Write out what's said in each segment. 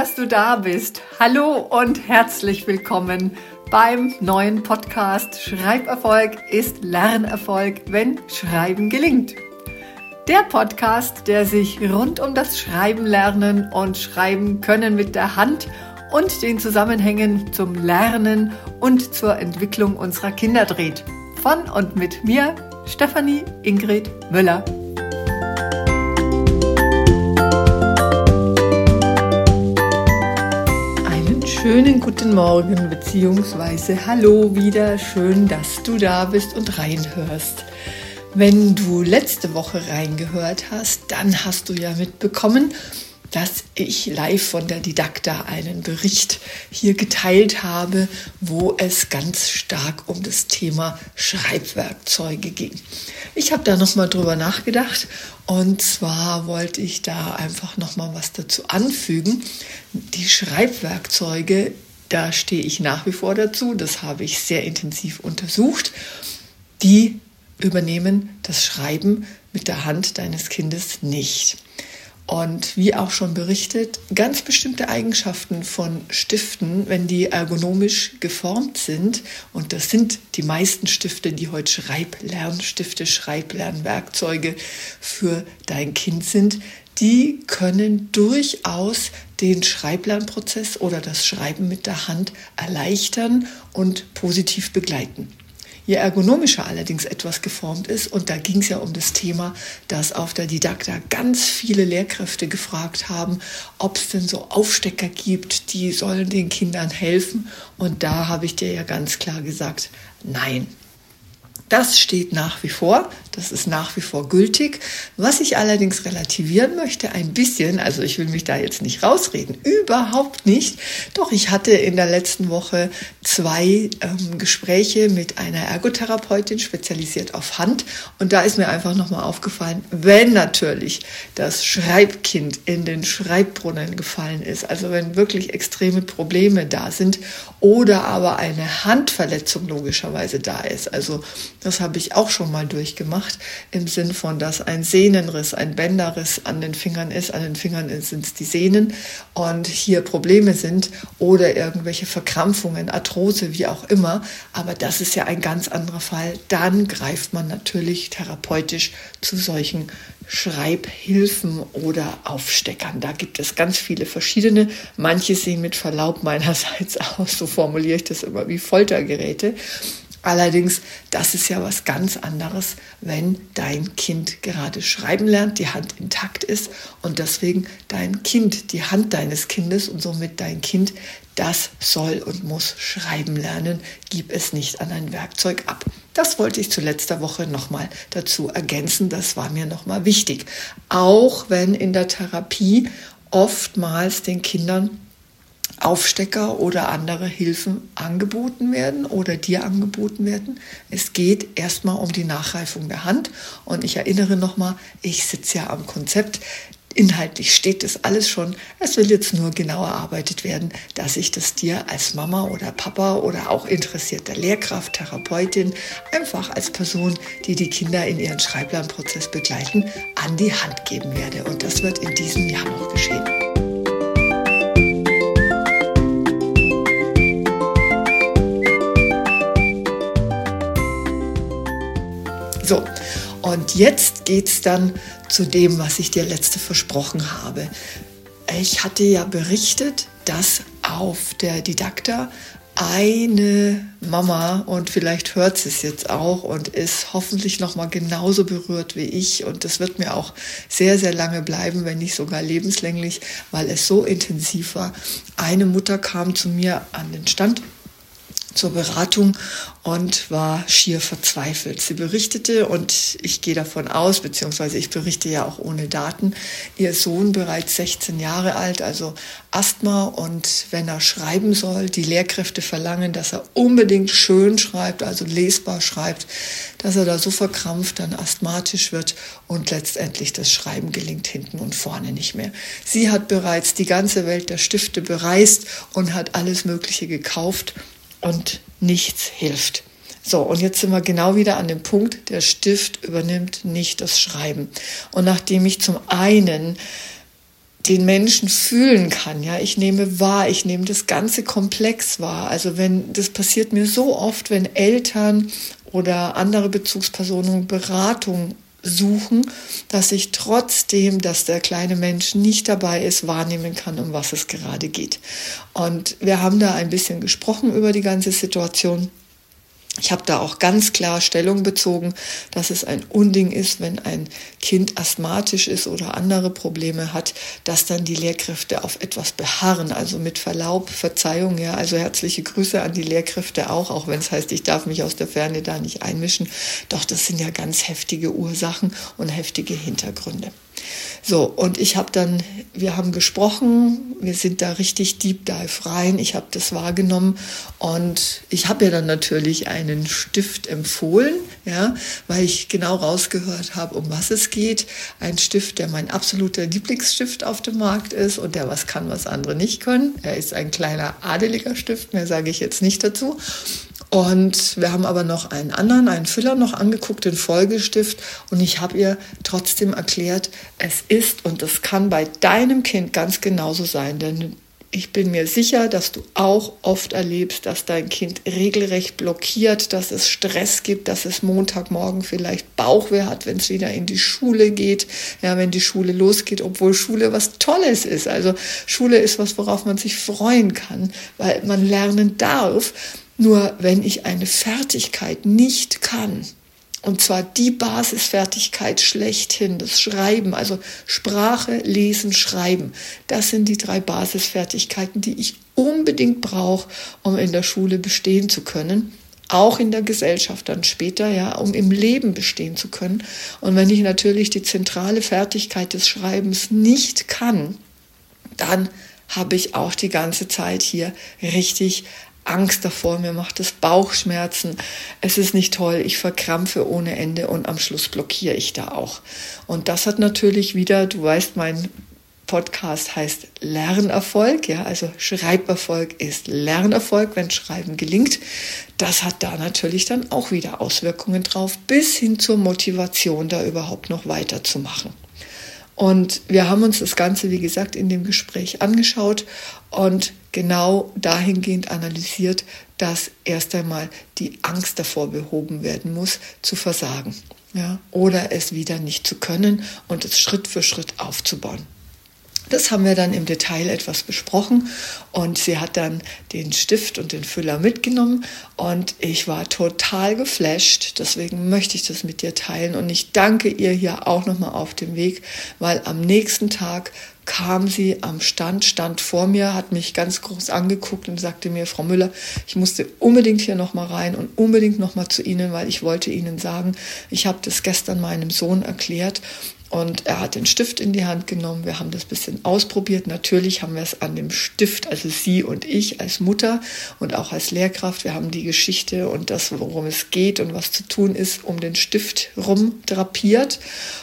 dass du da bist. Hallo und herzlich willkommen beim neuen Podcast Schreiberfolg ist Lernerfolg, wenn Schreiben gelingt. Der Podcast, der sich rund um das Schreiben lernen und Schreiben können mit der Hand und den Zusammenhängen zum Lernen und zur Entwicklung unserer Kinder dreht. Von und mit mir, Stefanie Ingrid Müller. Schönen guten Morgen bzw. hallo wieder, schön, dass du da bist und reinhörst. Wenn du letzte Woche reingehört hast, dann hast du ja mitbekommen, dass ich live von der Didakta einen Bericht hier geteilt habe, wo es ganz stark um das Thema Schreibwerkzeuge ging. Ich habe da nochmal drüber nachgedacht und zwar wollte ich da einfach nochmal was dazu anfügen. Die Schreibwerkzeuge, da stehe ich nach wie vor dazu, das habe ich sehr intensiv untersucht, die übernehmen das Schreiben mit der Hand deines Kindes nicht. Und wie auch schon berichtet, ganz bestimmte Eigenschaften von Stiften, wenn die ergonomisch geformt sind, und das sind die meisten Stifte, die heute Schreiblernstifte, Schreiblernwerkzeuge für dein Kind sind, die können durchaus den Schreiblernprozess oder das Schreiben mit der Hand erleichtern und positiv begleiten. Je ergonomischer allerdings etwas geformt ist, und da ging es ja um das Thema, dass auf der Didakta ganz viele Lehrkräfte gefragt haben, ob es denn so Aufstecker gibt, die sollen den Kindern helfen. Und da habe ich dir ja ganz klar gesagt, nein. Das steht nach wie vor, das ist nach wie vor gültig. Was ich allerdings relativieren möchte ein bisschen, also ich will mich da jetzt nicht rausreden, überhaupt nicht. Doch ich hatte in der letzten Woche 2 Gespräche mit einer Ergotherapeutin, spezialisiert auf Hand. Und da ist mir einfach nochmal aufgefallen, wenn natürlich das Schreibkind in den Schreibbrunnen gefallen ist, also wenn wirklich extreme Probleme da sind oder aber eine Handverletzung logischerweise da ist, also das habe ich auch schon mal durchgemacht, im Sinn von, dass ein Sehnenriss, ein Bänderriss an den Fingern ist. An den Fingern sind es die Sehnen und hier Probleme sind oder irgendwelche Verkrampfungen, Arthrose, wie auch immer. Aber das ist ja ein ganz anderer Fall. Dann greift man natürlich therapeutisch zu solchen Schreibhilfen oder Aufsteckern. Da gibt es ganz viele verschiedene. Manche sehen mit Verlaub meinerseits aus, so formuliere ich das immer, wie Foltergeräte. Allerdings, das ist ja was ganz anderes, wenn dein Kind gerade schreiben lernt, die Hand intakt ist und deswegen dein Kind, die Hand deines Kindes und somit dein Kind, das soll und muss schreiben lernen, gib es nicht an ein Werkzeug ab. Das wollte ich zu letzter Woche nochmal dazu ergänzen, das war mir nochmal wichtig. Auch wenn in der Therapie oftmals den Kindern Aufstecker oder andere Hilfen angeboten werden oder dir angeboten werden. Es geht erstmal um die Nachreifung der Hand und ich erinnere nochmal, ich sitze ja am Konzept. Inhaltlich steht das alles schon. Es will jetzt nur genau erarbeitet werden, dass ich das dir als Mama oder Papa oder auch interessierte Lehrkraft, Therapeutin, einfach als Person, die die Kinder in ihren Schreiblernprozess begleiten, an die Hand geben werde. Und das wird in diesem Jahr noch geschehen. So, und jetzt geht's dann zu dem, was ich dir letzte versprochen habe. Ich hatte ja berichtet, dass auf der Didakta eine Mama, und vielleicht hört sie es jetzt auch und ist hoffentlich nochmal genauso berührt wie ich, und das wird mir auch sehr, sehr lange bleiben, wenn nicht sogar lebenslänglich, weil es so intensiv war. Eine Mutter kam zu mir an den Stand zur Beratung und war schier verzweifelt. Sie berichtete, und ich gehe davon aus, beziehungsweise ich berichte ja auch ohne Daten, ihr Sohn bereits 16 Jahre alt, also Asthma, und wenn er schreiben soll, die Lehrkräfte verlangen, dass er unbedingt schön schreibt, also lesbar schreibt, dass er da so verkrampft, dann asthmatisch wird und letztendlich das Schreiben gelingt hinten und vorne nicht mehr. Sie hat bereits die ganze Welt der Stifte bereist und hat alles Mögliche gekauft, und nichts hilft. So, und jetzt sind wir genau wieder an dem Punkt, der Stift übernimmt nicht das Schreiben. Und nachdem ich zum einen den Menschen fühlen kann. Ja, ich nehme wahr, ich nehme das ganze Komplex wahr. Also das passiert mir so oft, wenn Eltern oder andere Bezugspersonen Beratung suchen, dass ich trotzdem, dass der kleine Mensch nicht dabei ist, wahrnehmen kann, um was es gerade geht. Und wir haben da ein bisschen gesprochen über die ganze Situation. Ich habe da auch ganz klar Stellung bezogen, dass es ein Unding ist, wenn ein Kind asthmatisch ist oder andere Probleme hat, dass dann die Lehrkräfte auf etwas beharren. Also mit Verlaub, Verzeihung, ja, also herzliche Grüße an die Lehrkräfte auch wenn es heißt, ich darf mich aus der Ferne da nicht einmischen. Doch das sind ja ganz heftige Ursachen und heftige Hintergründe. So, und wir haben gesprochen, wir sind da richtig Deep Dive rein, ich habe das wahrgenommen und ich habe ja dann natürlich einen Stift empfohlen, ja, weil ich genau rausgehört habe, um was es geht. Ein Stift, der mein absoluter Lieblingsstift auf dem Markt ist und der was kann, was andere nicht können. Er ist ein kleiner adeliger Stift, mehr sage ich jetzt nicht dazu. Und wir haben aber noch einen Füller noch angeguckt, den Folgestift. Und ich habe ihr trotzdem erklärt, es ist, und das kann bei deinem Kind ganz genauso sein, denn ich bin mir sicher, dass du auch oft erlebst, dass dein Kind regelrecht blockiert, dass es Stress gibt, dass es Montagmorgen vielleicht Bauchweh hat, wenn es wieder in die Schule geht, ja, wenn die Schule losgeht, obwohl Schule was Tolles ist. Also Schule ist was, worauf man sich freuen kann, weil man lernen darf. Nur wenn ich eine Fertigkeit nicht kann, und zwar die Basisfertigkeit schlechthin, das Schreiben, also Sprache, Lesen, Schreiben, das sind die 3 Basisfertigkeiten, die ich unbedingt brauche, um in der Schule bestehen zu können, auch in der Gesellschaft dann später, ja, um im Leben bestehen zu können. Und wenn ich natürlich die zentrale Fertigkeit des Schreibens nicht kann, dann habe ich auch die ganze Zeit hier richtig Angst davor, mir macht es Bauchschmerzen, es ist nicht toll, ich verkrampfe ohne Ende und am Schluss blockiere ich da auch. Und das hat natürlich wieder, du weißt, mein Podcast heißt Lernerfolg, ja, also Schreiberfolg ist Lernerfolg, wenn Schreiben gelingt. Das hat da natürlich dann auch wieder Auswirkungen drauf, bis hin zur Motivation, da überhaupt noch weiterzumachen. Und wir haben uns das Ganze, wie gesagt, in dem Gespräch angeschaut und genau dahingehend analysiert, dass erst einmal die Angst davor behoben werden muss, zu versagen, ja, oder es wieder nicht zu können und es Schritt für Schritt aufzubauen. Das haben wir dann im Detail etwas besprochen und sie hat dann den Stift und den Füller mitgenommen und ich war total geflasht. Deswegen möchte ich das mit dir teilen und ich danke ihr hier auch nochmal auf dem Weg, weil am nächsten Tag kam sie am stand vor mir, hat mich ganz groß angeguckt und sagte mir, Frau Müller, ich musste unbedingt hier nochmal rein und unbedingt nochmal zu Ihnen, weil ich wollte Ihnen sagen, ich habe das gestern meinem Sohn erklärt. Und er hat den Stift in die Hand genommen, wir haben das ein bisschen ausprobiert. Natürlich haben wir es an dem Stift, also sie und ich als Mutter und auch als Lehrkraft, wir haben die Geschichte und das, worum es geht und was zu tun ist, um den Stift rum drapiert.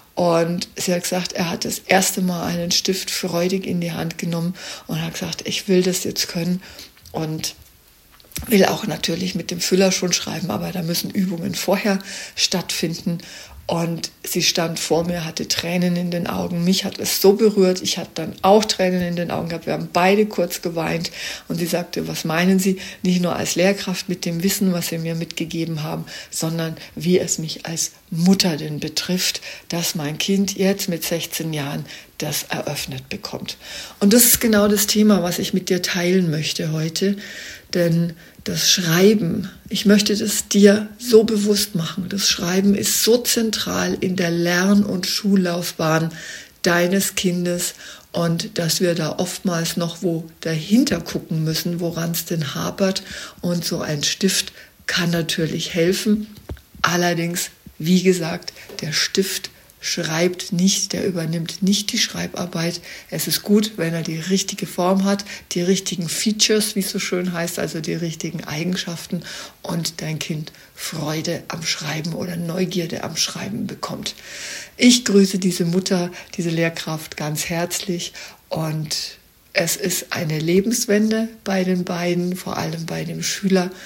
Und sie hat gesagt, er hat das erste Mal einen Stift freudig in die Hand genommen und hat gesagt, ich will das jetzt können und will auch natürlich mit dem Füller schon schreiben, aber da müssen Übungen vorher stattfinden. Und sie stand vor mir, hatte Tränen in den Augen. Mich hat es so berührt. Ich hatte dann auch Tränen in den Augen gehabt. Wir haben beide kurz geweint. Und sie sagte, was meinen Sie? Nicht nur als Lehrkraft mit dem Wissen, was Sie mir mitgegeben haben, sondern wie es mich als Mutter denn betrifft, dass mein Kind jetzt mit 16 Jahren das eröffnet bekommt. Und das ist genau das Thema, was ich mit dir teilen möchte heute. Denn das Schreiben, ich möchte das dir so bewusst machen, das Schreiben ist so zentral in der Lern- und Schullaufbahn deines Kindes und dass wir da oftmals noch wo dahinter gucken müssen, woran es denn hapert. Und so ein Stift kann natürlich helfen. Allerdings, wie gesagt, der Stift schreibt nicht, der übernimmt nicht die Schreibarbeit. Es ist gut, wenn er die richtige Form hat, die richtigen Features, wie es so schön heißt, also die richtigen Eigenschaften und dein Kind Freude am Schreiben oder Neugierde am Schreiben bekommt. Ich grüße diese Mutter, diese Lehrkraft ganz herzlich und es ist eine Lebenswende bei den beiden, vor allem bei dem Schüler.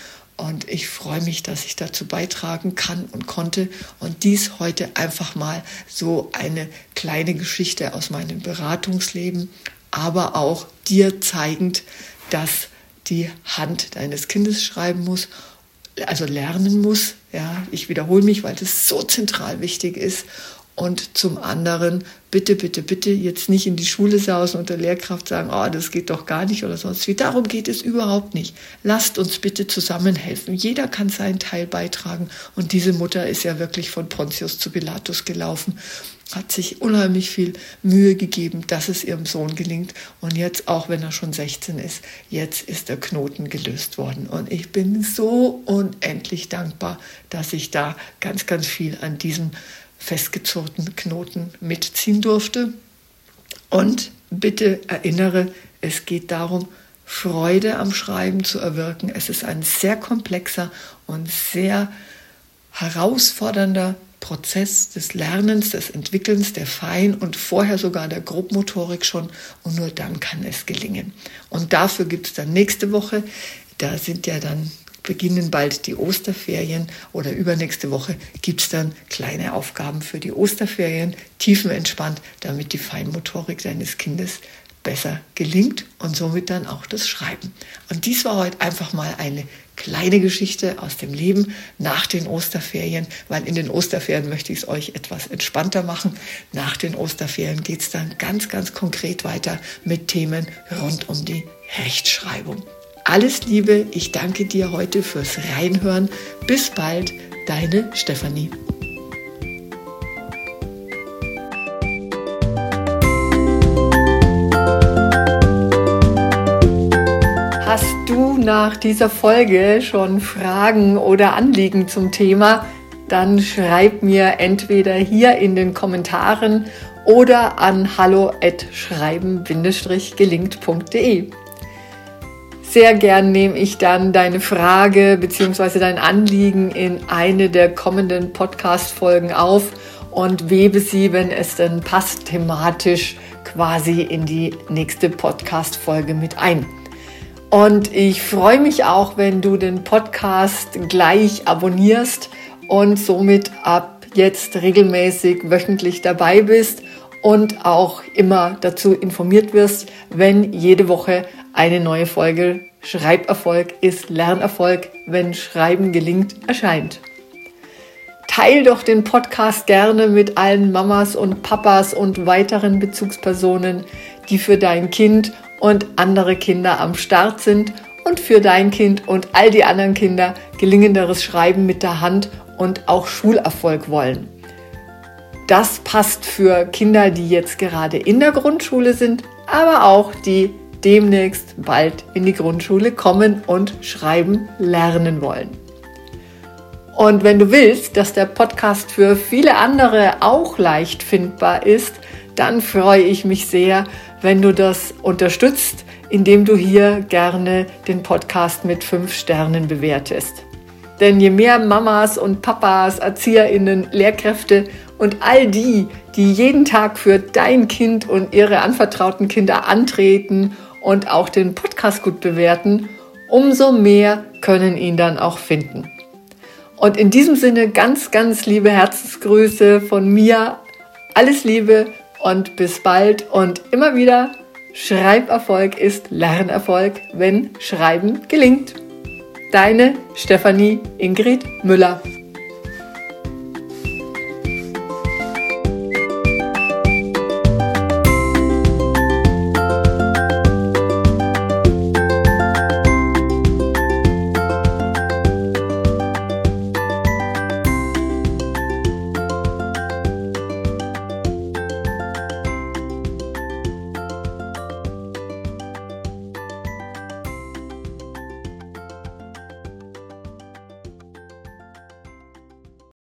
Und ich freue mich, dass ich dazu beitragen kann und konnte und dies heute einfach mal so eine kleine Geschichte aus meinem Beratungsleben, aber auch dir zeigend, dass die Hand deines Kindes schreiben muss, also lernen muss. Ja, ich wiederhole mich, weil das so zentral wichtig ist. Und zum anderen, bitte, bitte, bitte jetzt nicht in die Schule sausen und der Lehrkraft sagen, oh, das geht doch gar nicht oder sonst wie. Darum geht es überhaupt nicht. Lasst uns bitte zusammenhelfen. Jeder kann seinen Teil beitragen. Und diese Mutter ist ja wirklich von Pontius zu Pilatus gelaufen, hat sich unheimlich viel Mühe gegeben, dass es ihrem Sohn gelingt. Und jetzt, auch wenn er schon 16 ist, jetzt ist der Knoten gelöst worden. Und ich bin so unendlich dankbar, dass ich da ganz, ganz viel an diesem festgezurrten Knoten mitziehen durfte. Und bitte erinnere, es geht darum, Freude am Schreiben zu erwirken. Es ist ein sehr komplexer und sehr herausfordernder Prozess des Lernens, des Entwickelns, der Fein- und vorher sogar der Grobmotorik schon. Und nur dann kann es gelingen. Und dafür gibt es dann nächste Woche, da sind ja dann beginnen bald die Osterferien oder übernächste Woche gibt es dann kleine Aufgaben für die Osterferien, tiefenentspannt, damit die Feinmotorik deines Kindes besser gelingt und somit dann auch das Schreiben. Und dies war heute einfach mal eine kleine Geschichte aus dem Leben nach den Osterferien, weil in den Osterferien möchte ich es euch etwas entspannter machen. Nach den Osterferien geht es dann ganz, ganz konkret weiter mit Themen rund um die Rechtschreibung. Alles Liebe, ich danke dir heute fürs Reinhören. Bis bald, deine Stefanie. Hast du nach dieser Folge schon Fragen oder Anliegen zum Thema? Dann schreib mir entweder hier in den Kommentaren oder an hallo@schreiben-gelingt.de. Sehr gern nehme ich dann deine Frage bzw. dein Anliegen in eine der kommenden Podcast-Folgen auf und webe sie, wenn es denn passt, thematisch quasi in die nächste Podcast-Folge mit ein. Und ich freue mich auch, wenn du den Podcast gleich abonnierst und somit ab jetzt regelmäßig wöchentlich dabei bist und auch immer dazu informiert wirst, wenn jede Woche eine neue Folge Schreiberfolg ist Lernerfolg, wenn Schreiben gelingt, erscheint. Teil doch den Podcast gerne mit allen Mamas und Papas und weiteren Bezugspersonen, die für dein Kind und andere Kinder am Start sind und für dein Kind und all die anderen Kinder gelingenderes Schreiben mit der Hand und auch Schulerfolg wollen. Das passt für Kinder, die jetzt gerade in der Grundschule sind, aber auch die demnächst bald in die Grundschule kommen und schreiben lernen wollen. Und wenn du willst, dass der Podcast für viele andere auch leicht findbar ist, dann freue ich mich sehr, wenn du das unterstützt, indem du hier gerne den Podcast mit 5 Sternen bewertest. Denn je mehr Mamas und Papas, ErzieherInnen, Lehrkräfte und all die, die jeden Tag für dein Kind und ihre anvertrauten Kinder antreten und auch den Podcast gut bewerten, umso mehr können ihn dann auch finden. Und in diesem Sinne ganz, ganz liebe Herzensgrüße von mir. Alles Liebe und bis bald und immer wieder, Schreiberfolg ist Lernerfolg, wenn Schreiben gelingt. Deine Stefanie Ingrid Müller.